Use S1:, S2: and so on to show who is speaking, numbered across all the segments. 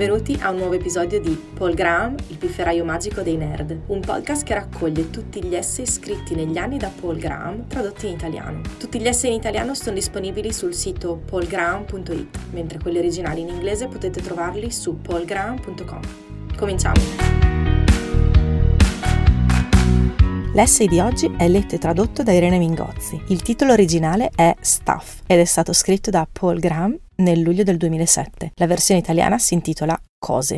S1: Benvenuti a un nuovo episodio di Paul Graham, il pifferaio magico dei nerd, un podcast che raccoglie tutti gli essay scritti negli anni da Paul Graham, tradotti in italiano. Tutti gli essay in italiano sono disponibili sul sito paulgraham.it, mentre quelli originali in inglese potete trovarli su paulgraham.com. Cominciamo! L'essay di oggi è letto e tradotto da Irene Mingozzi. Il titolo originale è Stuff ed è stato scritto da Paul Graham nel luglio del 2007. La versione italiana si intitola Cose.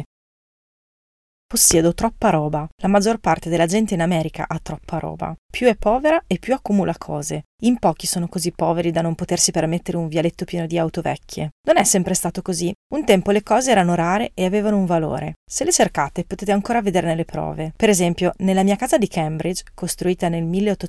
S1: Possiedo troppa roba. La maggior parte della gente in America ha troppa roba. Più è povera e più accumula cose. In pochi sono così poveri da non potersi permettere un vialetto pieno di auto vecchie. Non è sempre stato così. Un tempo le cose erano rare e avevano un valore. Se le cercate potete ancora vederne le prove. Per esempio, nella mia casa di Cambridge, costruita nel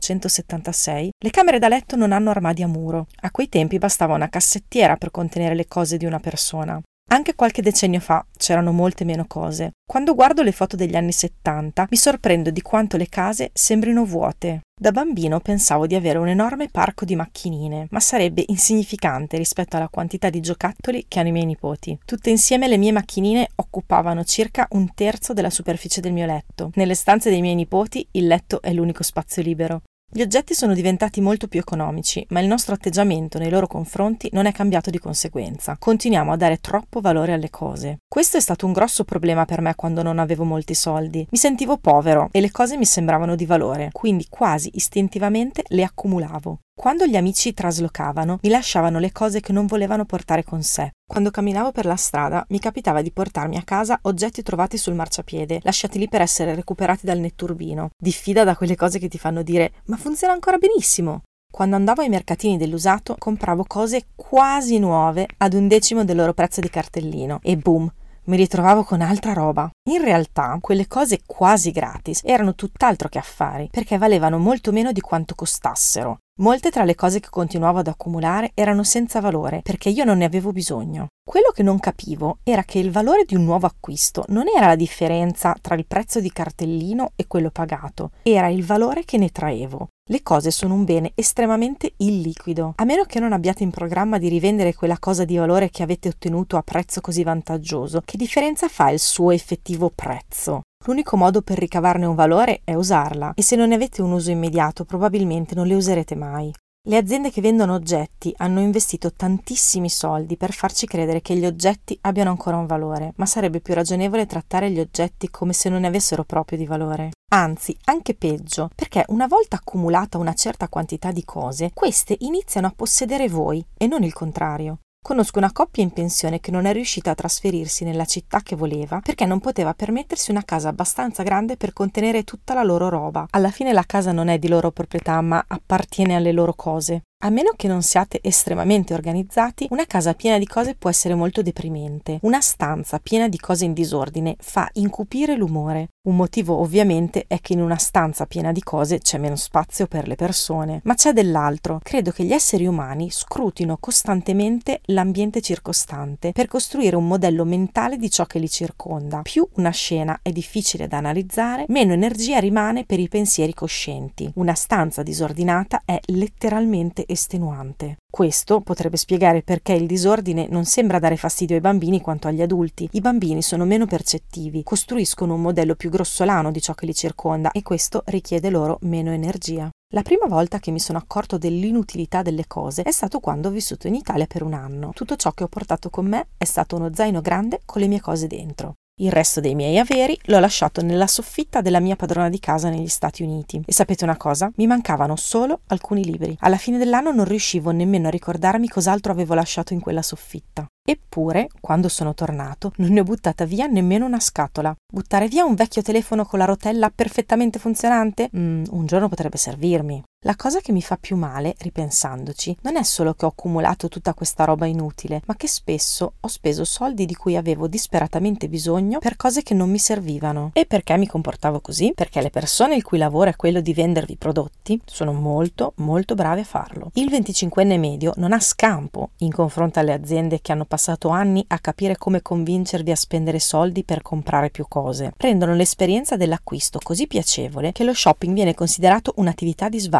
S1: 1876, le camere da letto non hanno armadi a muro. A quei tempi bastava una cassettiera per contenere le cose di una persona. Anche qualche decennio fa c'erano molte meno cose. Quando guardo le foto degli anni 70 mi sorprendo di quanto le case sembrino vuote. Da bambino pensavo di avere un enorme parco di macchinine, ma sarebbe insignificante rispetto alla quantità di giocattoli che hanno i miei nipoti. Tutte insieme le mie macchinine occupavano circa un terzo della superficie del mio letto. Nelle stanze dei miei nipoti il letto è l'unico spazio libero. Gli oggetti sono diventati molto più economici, ma il nostro atteggiamento nei loro confronti non è cambiato di conseguenza. Continuiamo a dare troppo valore alle cose. Questo è stato un grosso problema per me quando non avevo molti soldi. Mi sentivo povero e le cose mi sembravano di valore, quindi quasi istintivamente le accumulavo. Quando gli amici traslocavano, mi lasciavano le cose che non volevano portare con sé. Quando camminavo per la strada, mi capitava di portarmi a casa oggetti trovati sul marciapiede, lasciati lì per essere recuperati dal netturbino. Diffida da quelle cose che ti fanno dire «Ma funziona ancora benissimo!». Quando andavo ai mercatini dell'usato, compravo cose quasi nuove ad 1/10 del loro prezzo di cartellino. E boom! Mi ritrovavo con altra roba. In realtà, quelle cose quasi gratis erano tutt'altro che affari, perché valevano molto meno di quanto costassero. Molte tra le cose che continuavo ad accumulare erano senza valore, perché io non ne avevo bisogno. Quello che non capivo era che il valore di un nuovo acquisto non era la differenza tra il prezzo di cartellino e quello pagato, era il valore che ne traevo. Le cose sono un bene estremamente illiquido. A meno che non abbiate in programma di rivendere quella cosa di valore che avete ottenuto a prezzo così vantaggioso, che differenza fa il suo effettivo prezzo? L'unico modo per ricavarne un valore è usarla, e se non ne avete un uso immediato probabilmente non le userete mai. Le aziende che vendono oggetti hanno investito tantissimi soldi per farci credere che gli oggetti abbiano ancora un valore, ma sarebbe più ragionevole trattare gli oggetti come se non ne avessero proprio di valore. Anzi, anche peggio, perché una volta accumulata una certa quantità di cose, queste iniziano a possedere voi e non il contrario. Conosco una coppia in pensione che non è riuscita a trasferirsi nella città che voleva perché non poteva permettersi una casa abbastanza grande per contenere tutta la loro roba. Alla fine la casa non è di loro proprietà, ma appartiene alle loro cose. A meno che non siate estremamente organizzati, una casa piena di cose può essere molto deprimente. Una stanza piena di cose in disordine fa incupire l'umore. Un motivo ovviamente è che in una stanza piena di cose c'è meno spazio per le persone. Ma c'è dell'altro. Credo che gli esseri umani scrutino costantemente l'ambiente circostante per costruire un modello mentale di ciò che li circonda. Più una scena è difficile da analizzare, meno energia rimane per i pensieri coscienti. Una stanza disordinata è letteralmente estenuante. Questo potrebbe spiegare perché il disordine non sembra dare fastidio ai bambini quanto agli adulti. I bambini sono meno percettivi, costruiscono un modello più grossolano di ciò che li circonda e questo richiede loro meno energia. La prima volta che mi sono accorto dell'inutilità delle cose è stato quando ho vissuto in Italia per un anno. Tutto ciò che ho portato con me è stato uno zaino grande con le mie cose dentro. Il resto dei miei averi l'ho lasciato nella soffitta della mia padrona di casa negli Stati Uniti. E sapete una cosa? Mi mancavano solo alcuni libri. Alla fine dell'anno non riuscivo nemmeno a ricordarmi cos'altro avevo lasciato in quella soffitta. Eppure, quando sono tornato, non ne ho buttata via nemmeno una scatola. Buttare via un vecchio telefono con la rotella perfettamente funzionante? Un giorno potrebbe servirmi. La cosa che mi fa più male, ripensandoci, non è solo che ho accumulato tutta questa roba inutile, ma che spesso ho speso soldi di cui avevo disperatamente bisogno per cose che non mi servivano. E perché mi comportavo così? Perché le persone il cui lavoro è quello di vendervi prodotti sono molto, molto brave a farlo. Il 25enne medio non ha scampo in confronto alle aziende che hanno passato anni a capire come convincervi a spendere soldi per comprare più cose. Rendono l'esperienza dell'acquisto così piacevole che lo shopping viene considerato un'attività di svago.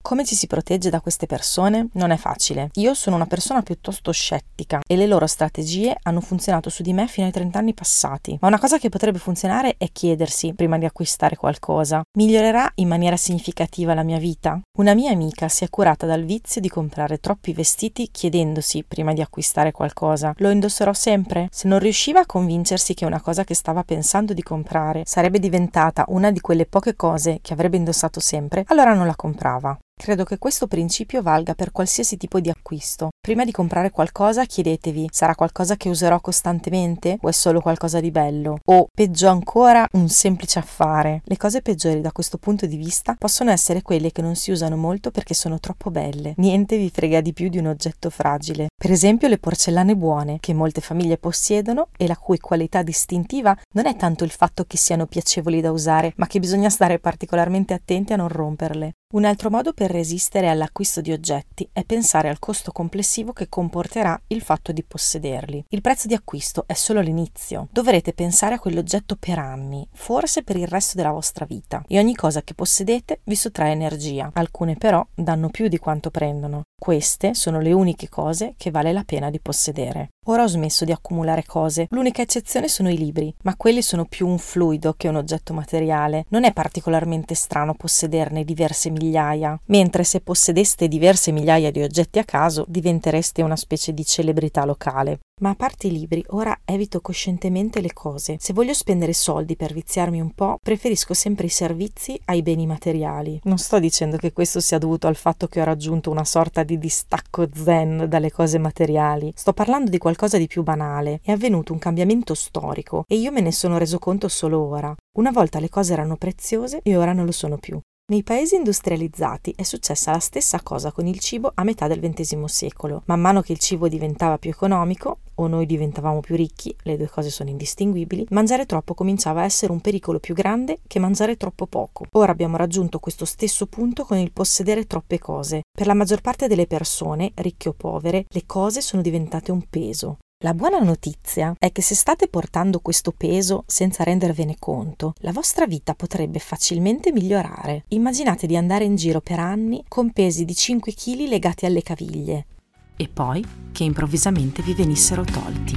S1: Come ci si protegge da queste persone? Non è facile. Io sono una persona piuttosto scettica e le loro strategie hanno funzionato su di me fino ai 30 anni passati. Ma una cosa che potrebbe funzionare è chiedersi, prima di acquistare qualcosa: migliorerà in maniera significativa la mia vita? Una mia amica si è curata dal vizio di comprare troppi vestiti chiedendosi, prima di acquistare qualcosa: lo indosserò sempre? Se non riusciva a convincersi che una cosa che stava pensando di comprare sarebbe diventata una di quelle poche cose che avrebbe indossato sempre, allora non la comprava. Credo che questo principio valga per qualsiasi tipo di acquisto. Prima di comprare qualcosa chiedetevi: sarà qualcosa che userò costantemente o è solo qualcosa di bello? O, peggio ancora, un semplice affare. Le cose peggiori da questo punto di vista possono essere quelle che non si usano molto perché sono troppo belle. Niente vi frega di più di un oggetto fragile. Per esempio le porcellane buone, che molte famiglie possiedono e la cui qualità distintiva non è tanto il fatto che siano piacevoli da usare, ma che bisogna stare particolarmente attenti a non romperle. Un altro modo per resistere all'acquisto di oggetti è pensare al costo complessivo che comporterà il fatto di possederli. Il prezzo di acquisto è solo l'inizio. Dovrete pensare a quell'oggetto per anni, forse per il resto della vostra vita, e ogni cosa che possedete vi sottrae energia. Alcune però danno più di quanto prendono. Queste sono le uniche cose che vale la pena di possedere. Ora ho smesso di accumulare cose, l'unica eccezione sono i libri, ma quelli sono più un fluido che un oggetto materiale. Non è particolarmente strano possederne diverse migliaia, mentre se possedeste diverse migliaia di oggetti a caso diventereste una specie di celebrità locale. Ma a parte i libri, ora evito coscientemente le cose. Se voglio spendere soldi per viziarmi un po', preferisco sempre i servizi ai beni materiali. Non sto dicendo che questo sia dovuto al fatto che ho raggiunto una sorta di distacco zen dalle cose materiali. Sto parlando di qualcosa di più banale. È avvenuto un cambiamento storico e io me ne sono reso conto solo ora. Una volta le cose erano preziose e ora non lo sono più. Nei paesi industrializzati è successa la stessa cosa con il cibo a metà del XX secolo. Man mano che il cibo diventava più economico, o noi diventavamo più ricchi, le due cose sono indistinguibili, mangiare troppo cominciava a essere un pericolo più grande che mangiare troppo poco. Ora abbiamo raggiunto questo stesso punto con il possedere troppe cose. Per la maggior parte delle persone, ricche o povere, le cose sono diventate un peso. La buona notizia è che se state portando questo peso senza rendervene conto, la vostra vita potrebbe facilmente migliorare. Immaginate di andare in giro per anni con pesi di 5 kg legati alle caviglie e poi che improvvisamente vi venissero tolti.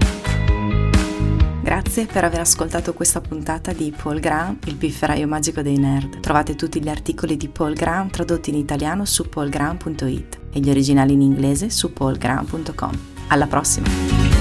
S1: Grazie per aver ascoltato questa puntata di Paul Graham, il pifferaio magico dei nerd. Trovate tutti gli articoli di Paul Graham tradotti in italiano su paulgraham.it e gli originali in inglese su paulgraham.com. Alla prossima!